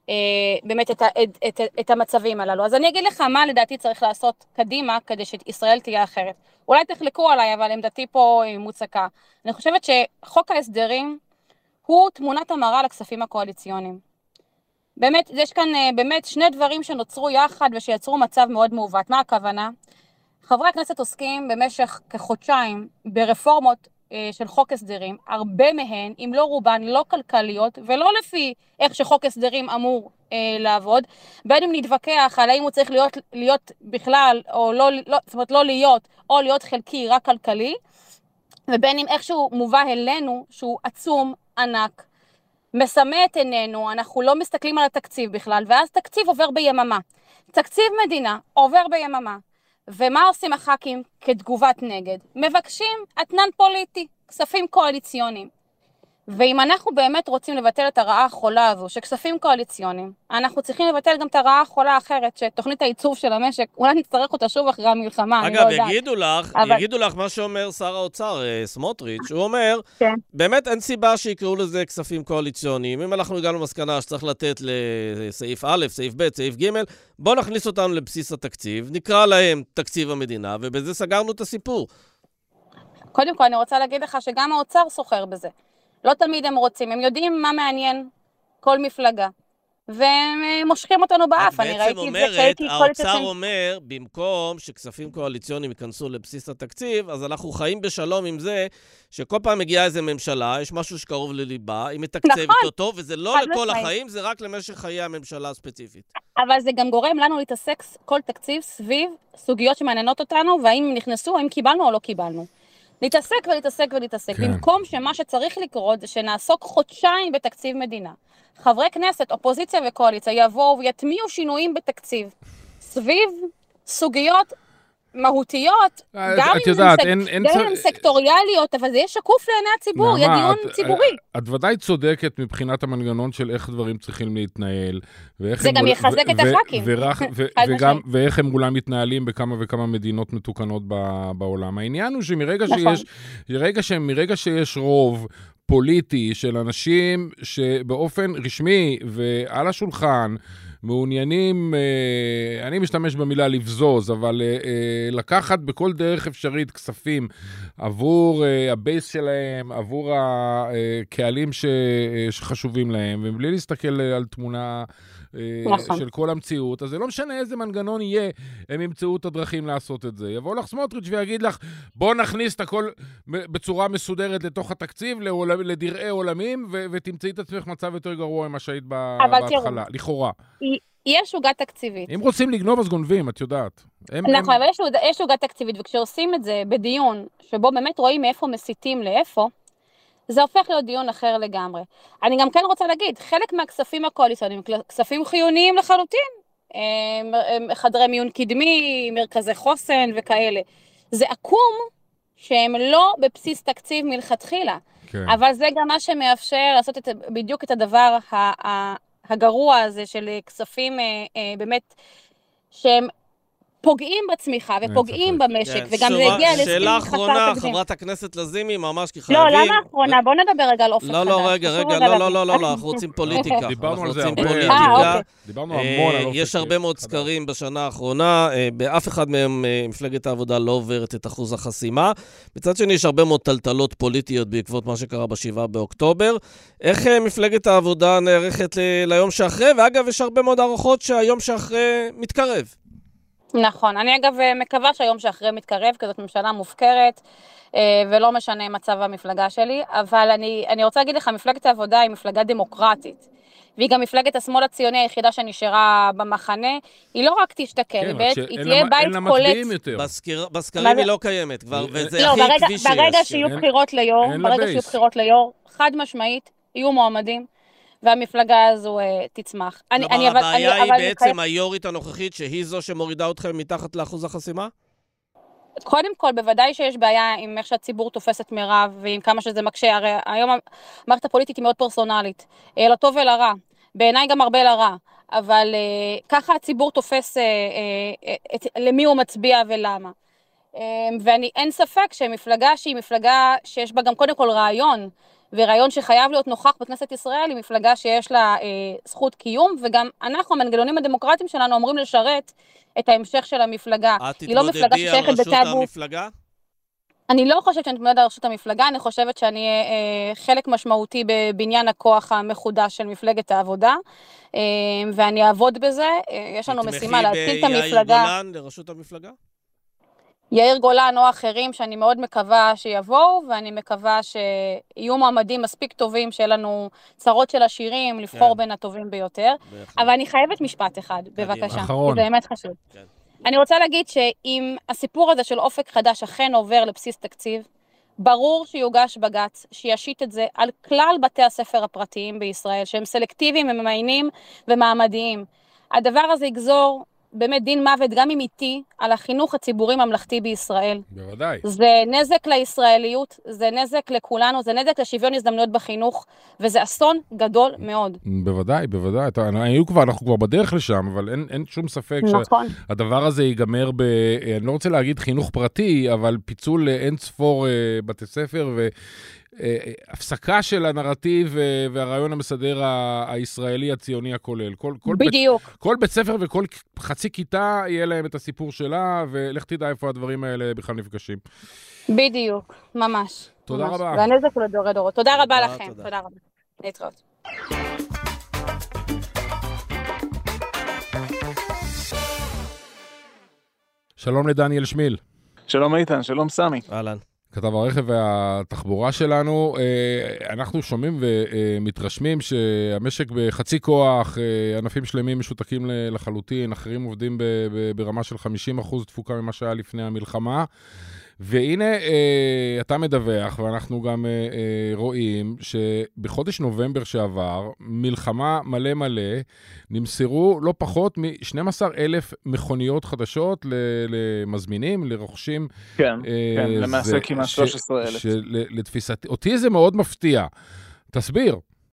באמת את המצבים הללו. אז אני אגיד לך מה לדעתי צריך לעשות קדימה, כדי שישראל תהיה אחרת. אולי תחלקו עליי, אבל עמדתי פה מוצקה. אני חושבת שחוק ההסדרים הוא תמונת המראה לכספים הקואליציוניים. באמת, יש כאן באמת שני דברים שנוצרו יחד ושיצרו מצב מאוד מעוות. מה הכוונה? חברי הכנסת עוסקים במשך כחודשיים ברפורמות של חוק הסדרים, הרבה מהן, אם לא רובן, לא כלכליות, ולא לפי איך שחוק הסדרים אמור לעבוד, בין אם נתווכח על האם הוא צריך להיות בכלל, או לא, זאת אומרת לא להיות, או להיות חלקי רק כלכלי, ובין אם איכשהו מובא אלינו, שהוא עצום, ענק, מסמא את עינינו, אנחנו לא מסתכלים על התקציב בכלל, ואז תקציב עובר ביממה. תקציב מדינה עובר ביממה. ומה עושים הח"כים כתגובת נגד? מבקשים אתנן פוליטי, כספים קואליציוניים. ואם אנחנו באמת רוצים לבטל את הרעה החולה הזו, שכספים קואליציוניים, אנחנו צריכים לבטל גם את הרעה החולה האחרת, שתוכנית העיצוב של המשק, אולי נצטרך אותה שוב אחרי המלחמה, אגב, אני לא יודעת. יגידו לך מה שאומר שר האוצר, סמוטריץ', הוא אומר, כן. באמת אין סיבה שיקראו לזה כספים קואליציוניים. אם אנחנו הגענו למסקנה שצריך לתת לסעיף א', סעיף ב', סעיף ג', בוא נכניס אותם לבסיס התקציב, נקרא להם תקציב המדינה, ובזה סגרנו את הסיפור. קודם כל, אני רוצה להגיד לך שגם האוצר סוחר בזה. לא תמיד הם רוצים, הם יודעים מה מעניין כל מפלגה, והם מושכים אותנו באף. אני ראיתי את זה כשהייתי האוצר אומר, במקום שכספים קואליציוניים ייכנסו לבסיס התקציב, אז אנחנו חיים בשלום עם זה, שכל פעם מגיעה איזו ממשלה, יש משהו שקרוב לליבה, היא מתקצבת אותו, וזה לא לכל החיים, זה רק למשך חיי הממשלה הספציפית. אבל זה גם גורם לנו להתעסק כל תקציב סביב סוגיות שמעניינות אותנו, והאם הם נכנסו, האם קיבלנו או לא קיבלנו. להתעסק ולהתעסק ולהתעסק. כן. במקום שמה שצריך לקרות זה שנעסוק חודשיים בתקציב מדינה. חברי כנסת, אופוזיציה וקואליציה יבואו ויתמיעו שינויים בתקציב. סביב סוגיות מהותיות, גם אם הן סקטוריאליות, אבל זה יהיה שקוף לעיני הציבור, יהיה דיון ציבורי. את ודאי צודקת מבחינת המנגנון של איך דברים צריכים להתנהל. זה גם יחזק את הח"כים. ואיך הם אולי מתנהלים בכמה וכמה מדינות מתוקנות בעולם. העניין הוא שמרגע שיש רוב פוליטי של אנשים שבאופן רשמי ועל השולחן, מעוניינים, אני משתמש במילה לבזוז, אבל לקחת בכל דרך אפשרית כספים עבור הבייס שלהם, עבור הקהלים שחשובים להם, ובלי להסתכל על תמונה של כל המציאות, אז זה לא משנה איזה מנגנון יהיה, הם ימצאו את הדרכים לעשות את זה. יבוא לך סמוטריץ' ויגיד לך, בוא נכניס את הכל בצורה מסודרת לתוך התקציב, לדרעי עולמים, ותמצאי את עצמך מצב יותר גרוע ממה שהיית בהתחלה, לכאורה. יש עוגה תקציבית. אם רוצים לגנוב אז גונבים, את יודעת. נכון, אבל יש עוגה תקציבית, וכשעושים את זה בדיון, שבו באמת רואים מאיפה מסיתים לאיפה, זה הופך להיות דיון אחר לגמרי. אני גם כן רוצה להגיד, חלק מהכספים הקואליציוניים, כספים חיוניים לחלוטין, חדרי מיון קדמי, מרכזי חוסן וכאלה. זה עקום שהם לא בבסיס תקציב מלכתחילה. כן. אבל זה גם מה שמאפשר לעשות בדיוק את הדבר הגרוע הזה של כספים באמת שהם פוגעים בצמיחה ופוגעים במשק, וגם זה הגיע שאלה להסכם אחרונה, חסר תקדים. חברת הכנסת לזימי, ממש כי לא, חייבים... למה האחרונה? בוא נדבר רגע על אופק חדש. לא, רגע, לא, אנחנו רוצים פוליטיקה. דיברנו על זה אנחנו רוצים הרבה. פוליטיקה. דיברנו המון על אופק. יש הרבה מאוד סקרים בשנה האחרונה, באף אחד מהם מפלגת העבודה לא עוברת את אחוז החסימה. מצד שני, יש הרבה מאוד טלטלות פוליטיות בעקבות מה שקרה ב7 באוקטובר. איך מפלגת העבודה נערכת ליום שאחרי? ואגב, יש הרבה מאוד הערכות שהיום שאחרי מתקרב. נכון, אני אגב מקווה שהיום שאחרי מתקרב, כי זאת ממשלה מופקרת, ולא משנה מצב המפלגה שלי, אבל אני רוצה להגיד לך, מפלגת העבודה היא מפלגה דמוקרטית, והיא גם מפלגת השמאל הציוני היחידה שנשארה במחנה, היא לא רק תשתכר, היא תהיה בית קולט. בסקרים היא לא קיימת כבר, וזה הכי כביש שיש. ברגע שיהיו בחירות ליו"ר, חד משמעית, יהיו מועמדים, והמפלגה הזו תצמח. הבעיה היא בעצם היורית הנוכחית, שהיא זו שמורידה אתכם מתחת לאחוז החסימה? קודם כל, בוודאי שיש בעיה עם איך שהציבור תופס את מירב, ועם כמה שזה מקשה. הרי היום המערכת הפוליטית היא מאוד פרסונלית, לטוב ולרע. בעיניי גם הרבה לרע. אבל ככה הציבור תופס למי הוא מצביע ולמה. ואין ספק שמפלגה שהיא מפלגה שיש בה גם קודם כל רעיון, ורעיון שחייב להיות נוכח בכנסת ישראל, היא מפלגה שיש לה זכות קיום, וגם אנחנו, המנגנונים הדמוקרטיים שלנו, אמורים לשרת את ההמשך של המפלגה. את תתמודדי על ראשות המפלגה? אני לא חושבת שאני מתמודדת על ראשות המפלגה, אני חושבת שאני חלק משמעותי בבניין הכוח המחודש של מפלגת העבודה, ואני אעבוד בזה. יש לנו משימה להציל את המפלגה. תתמכי ביאיר גולן לראשות המפלגה? יאיר גולן או אחרים שאני מאוד מקווה שיבואו, ואני מקווה שיהיו מועמדים מספיק טובים, שיהיה לנו צרות של השירים, לבחור בין הטובים ביותר. אבל אני חייבת משפט אחד, בבקשה. אחרון. זה באמת חשוב. אני רוצה להגיד שאם הסיפור הזה של אופק חדש אכן עובר לבסיס תקציב, ברור שיוגש בג"ץ, שישית את זה על כלל בתי הספר הפרטיים בישראל, שהם סלקטיביים, הם ממיינים ומעמדיים. הדבר הזה יגזור באמת דין מוות גם עם איתי על החינוך הציבורי ממלכתי בישראל. בוודאי. זה נזק לישראליות, זה נזק לכולנו, זה נזק לשוויון הזדמנויות בחינוך, וזה אסון גדול מאוד. בוודאי. אנחנו כבר בדרך לשם, אבל אין שום ספק שהדבר הזה ייגמר אני לא רוצה להגיד חינוך פרטי, אבל פיצול אין ספור בתי ספר הפסקה של הנרטיב והרעיון המסדר הישראלי הציוני הכולל. בדיוק. כל בית ספר וכל חצי כיתה יהיה להם את הסיפור שלה, ולך תדע איפה הדברים האלה בכלל נפגשים. בדיוק, ממש. תודה רבה. והנזק הוא לדורי דורות. תודה רבה לכם. תודה רבה. להתראות. שלום לדניאל שמיל. שלום איתן, שלום סמי. אהלן. כתב הרכב והתחבורה שלנו, אנחנו שומעים ומתרשמים שהמשק בחצי כוח, ענפים שלמים משותקים לחלוטין, אחרים עובדים ברמה של 50% תפוקה ממה שהיה לפני המלחמה, והנה אתה מדווח, ואנחנו גם רואים שבחודש נובמבר שעבר, מלחמה מלא מלא, נמסרו לא פחות מ-12,000 מכוניות חדשות למזמינים, לרוכשים. כן, למעשה כמעט 13,000. לתפיסתי, אותי זה מאוד מפתיע. תסביר.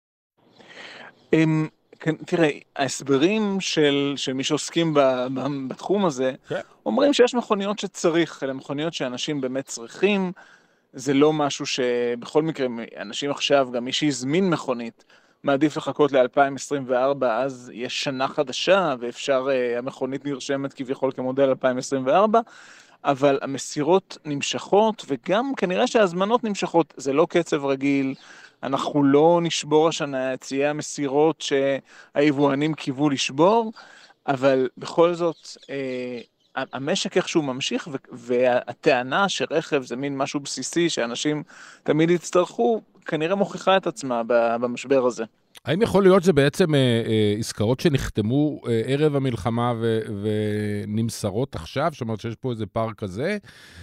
תראה, ההסברים של מי שעוסקים בתחום הזה, אומרים שיש מכוניות שצריך, אלה מכוניות שאנשים באמת צריכים, זה לא משהו שבכל מקרה, אנשים עכשיו, גם מי שהזמין מכונית, מעדיף לחכות ל-2024, אז יש שנה חדשה, ואפשר, המכונית נרשמת כביכול כמודל 2024, אבל המסירות נמשכות, וגם כנראה שההזמנות נמשכות, זה לא קצב רגיל, אנחנו לא נשבור השנה את ציי המסירות שהיבואנים קיוו לשבור, אבל בכל זאת, המשק איכשהו ממשיך, והטענה שרכב זה מין משהו בסיסי שאנשים תמיד יצטרכו, כנראה מוכיחה את עצמה במשבר הזה. האם יכול להיות שבעצם עסקאות שנחתמו ערב המלחמה ונמסרות עכשיו? זאת אומרת שיש פה איזה פער כזה?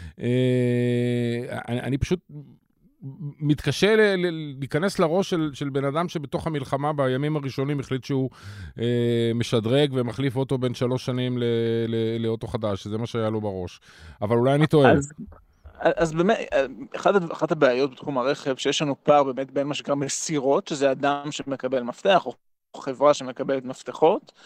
אני פשוט מתקשה להיכנס לראש של בן אדם שבתוך המלחמה בימים הראשונים החליט שהוא משדרג ומחליף אוטו בין 3 שנים לאוטו חדש, שזה מה שהיה לו בראש. אבל אולי אני טועה. אז באמת, אחת הבעיות בתחום הרכב, שיש לנו פער באמת בין מה שקרה מסירות, שזה אדם שמקבל מפתח, או חברה שמקבלת מפתחות,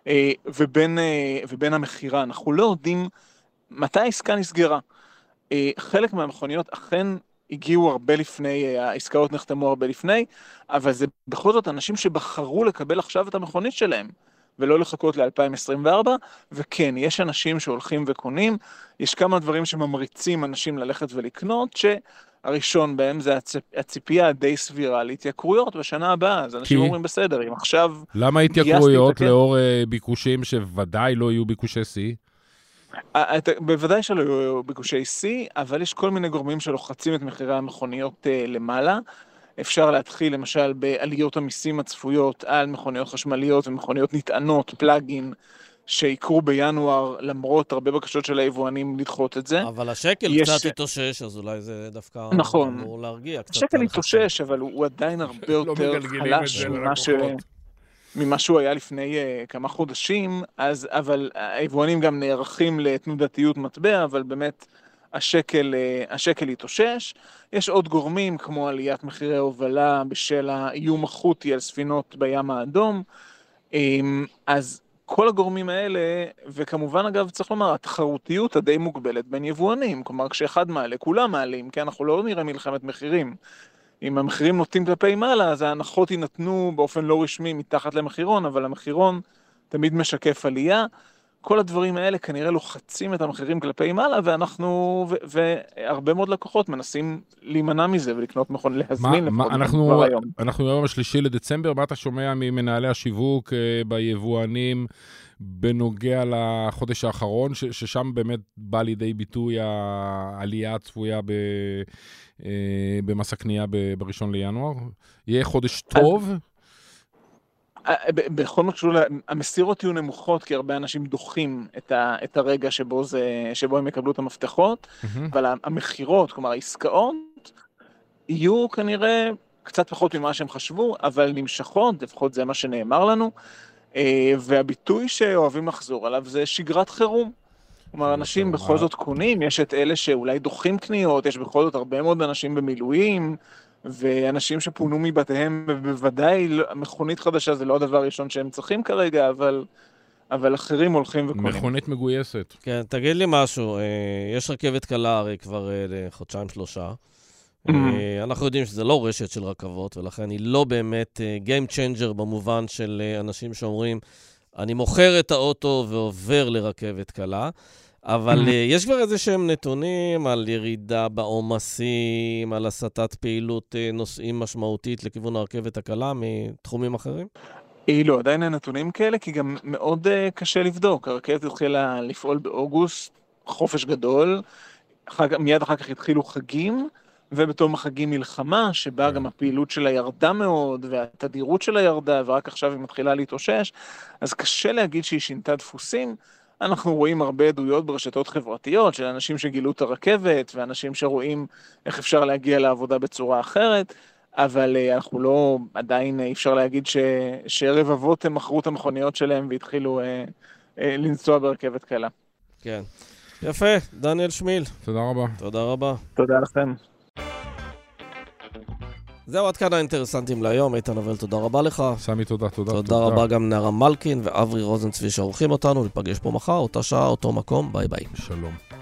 ובין המחירה. אנחנו לא יודעים מתי העסקה נסגרה. חלק מהמכוניות אכן הגיעו הרבה לפני, העסקאות נחתמו הרבה לפני, אבל זה בכל זאת אנשים שבחרו לקבל עכשיו את המכונית שלהם, ולא לחכות ל-2024, וכן, יש אנשים שהולכים וקונים, יש כמה דברים שממריצים אנשים ללכת ולקנות, שהראשון בהם זה הציפייה הדי סבירה להתייקרויות בשנה הבאה, אז אנשים אומרים בסדר, אם עכשיו... למה התייקרויות לאור ביקושים שוודאי לא יהיו ביקושי C? בוודאי שלא יהיו ביקושי C, אבל יש כל מיני גורמים שלוחצים את מחירי המכוניות למעלה. אפשר להתחיל למשל בעליות המיסים הצפויות על מכוניות חשמליות ומכוניות נטענות, פלאגין, שיקרו בינואר, למרות הרבה בקשות של היבואנים לדחות את זה. אבל השקל קצת התאושש, אז אולי זה דווקא אמור להרגיע. השקל התאושש, אבל הוא עדיין הרבה יותר חלש ממה שהוא היה לפני כמה חודשים, אבל היבואנים גם נערכים לתנודתיות מטבע, אבל באמת השקל התאושש. יש עוד גורמים כמו עליית מחירי הובלה בשל האיום החותי על ספינות בים האדום. אז כל הגורמים האלה, וכמובן אגב צריך לומר, התחרותיות הדי מוגבלת בין יבואנים, כלומר כשאחד מעלה, כולם מעלים, כי אנחנו לא נראה מלחמת מחירים. אם המחירים נוטים כלפי מעלה, אז ההנחות יינתנו באופן לא רשמי מתחת למחירון, אבל המחירון תמיד משקף עלייה. כל הדברים האלה כנראה לוחצים את המחירים כלפי מעלה, והרבה מאוד לקוחות מנסים להימנע מזה ולקנות להזמין לפחות כבר היום. אנחנו היום ה3 לדצמבר, מה אתה שומע ממנהלי השיווק ביבואנים בנוגע לחודש האחרון, ששם באמת בא לידי ביטוי העלייה הצפויה במס הקנייה ב1 לינואר? יהיה חודש טוב? בכל מקרה, המסירות יהיו נמוכות, כי הרבה אנשים דוחים את הרגע שבו הם יקבלו את המפתחות, אבל המחירות, כלומר העסקאות, יהיו כנראה קצת פחות ממה שהם חשבו, אבל נמשכות, לפחות זה מה שנאמר לנו, והביטוי שאוהבים לחזור עליו זה שגרת חירום. כלומר, אנשים בכל זאת קונים, יש את אלה שאולי דוחים קניות, יש בכל זאת הרבה מאוד אנשים במילואים, ואנשים שפונו מבתיהם, ובוודאי מכונית חדשה זה לא הדבר הראשון שהם צריכים כרגע, אבל אחרים הולכים וקונים. מכונית מגויסת. כן, תגיד לי משהו, יש רכבת קלה הרי כבר חודשיים-שלושה, אנחנו יודעים שזה לא רשת של רכבות, ולכן היא לא באמת game changer במובן של אנשים שאומרים, אני מוכר את האוטו ועובר לרכבת קלה, אבל יש כבר איזה שהם נתונים על ירידה בעומסים, על הסטת פעילות נוסעים משמעותית לכיוון הרכבת הקלה מתחומים אחרים? לא, עדיין אין נתונים כאלה, כי גם מאוד קשה לבדוק. הרכבת התחילה לפעול באוגוסט, חופש גדול, מיד אחר כך התחילו חגים, ובתום החגים מלחמה, שבה גם הפעילות שלה ירדה מאוד, והתדירות שלה ירדה, ורק עכשיו היא מתחילה להתאושש, אז קשה להגיד שהיא שינתה דפוסים. אנחנו רואים הרבה עדויות ברשתות חברתיות, של אנשים שגילו את הרכבת, ואנשים שרואים איך אפשר להגיע לעבודה בצורה אחרת, אבל אנחנו לא, עדיין אי אפשר להגיד שרבבות הם מכרו את המכוניות שלהם, והתחילו לנסוע ברכבת קלה. כן. יפה, דניאל שמיל. תודה רבה. תודה רבה. תודה לכם. זהו, עד כאן האינטרסנטים להיום. איתן אבל, תודה רבה לך. סמי, תודה. תודה רבה גם נערה מלקין ואברי רוזנצבי שעורכים אותנו. ניפגש פה מחר, אותה שעה, אותו מקום. ביי ביי. שלום.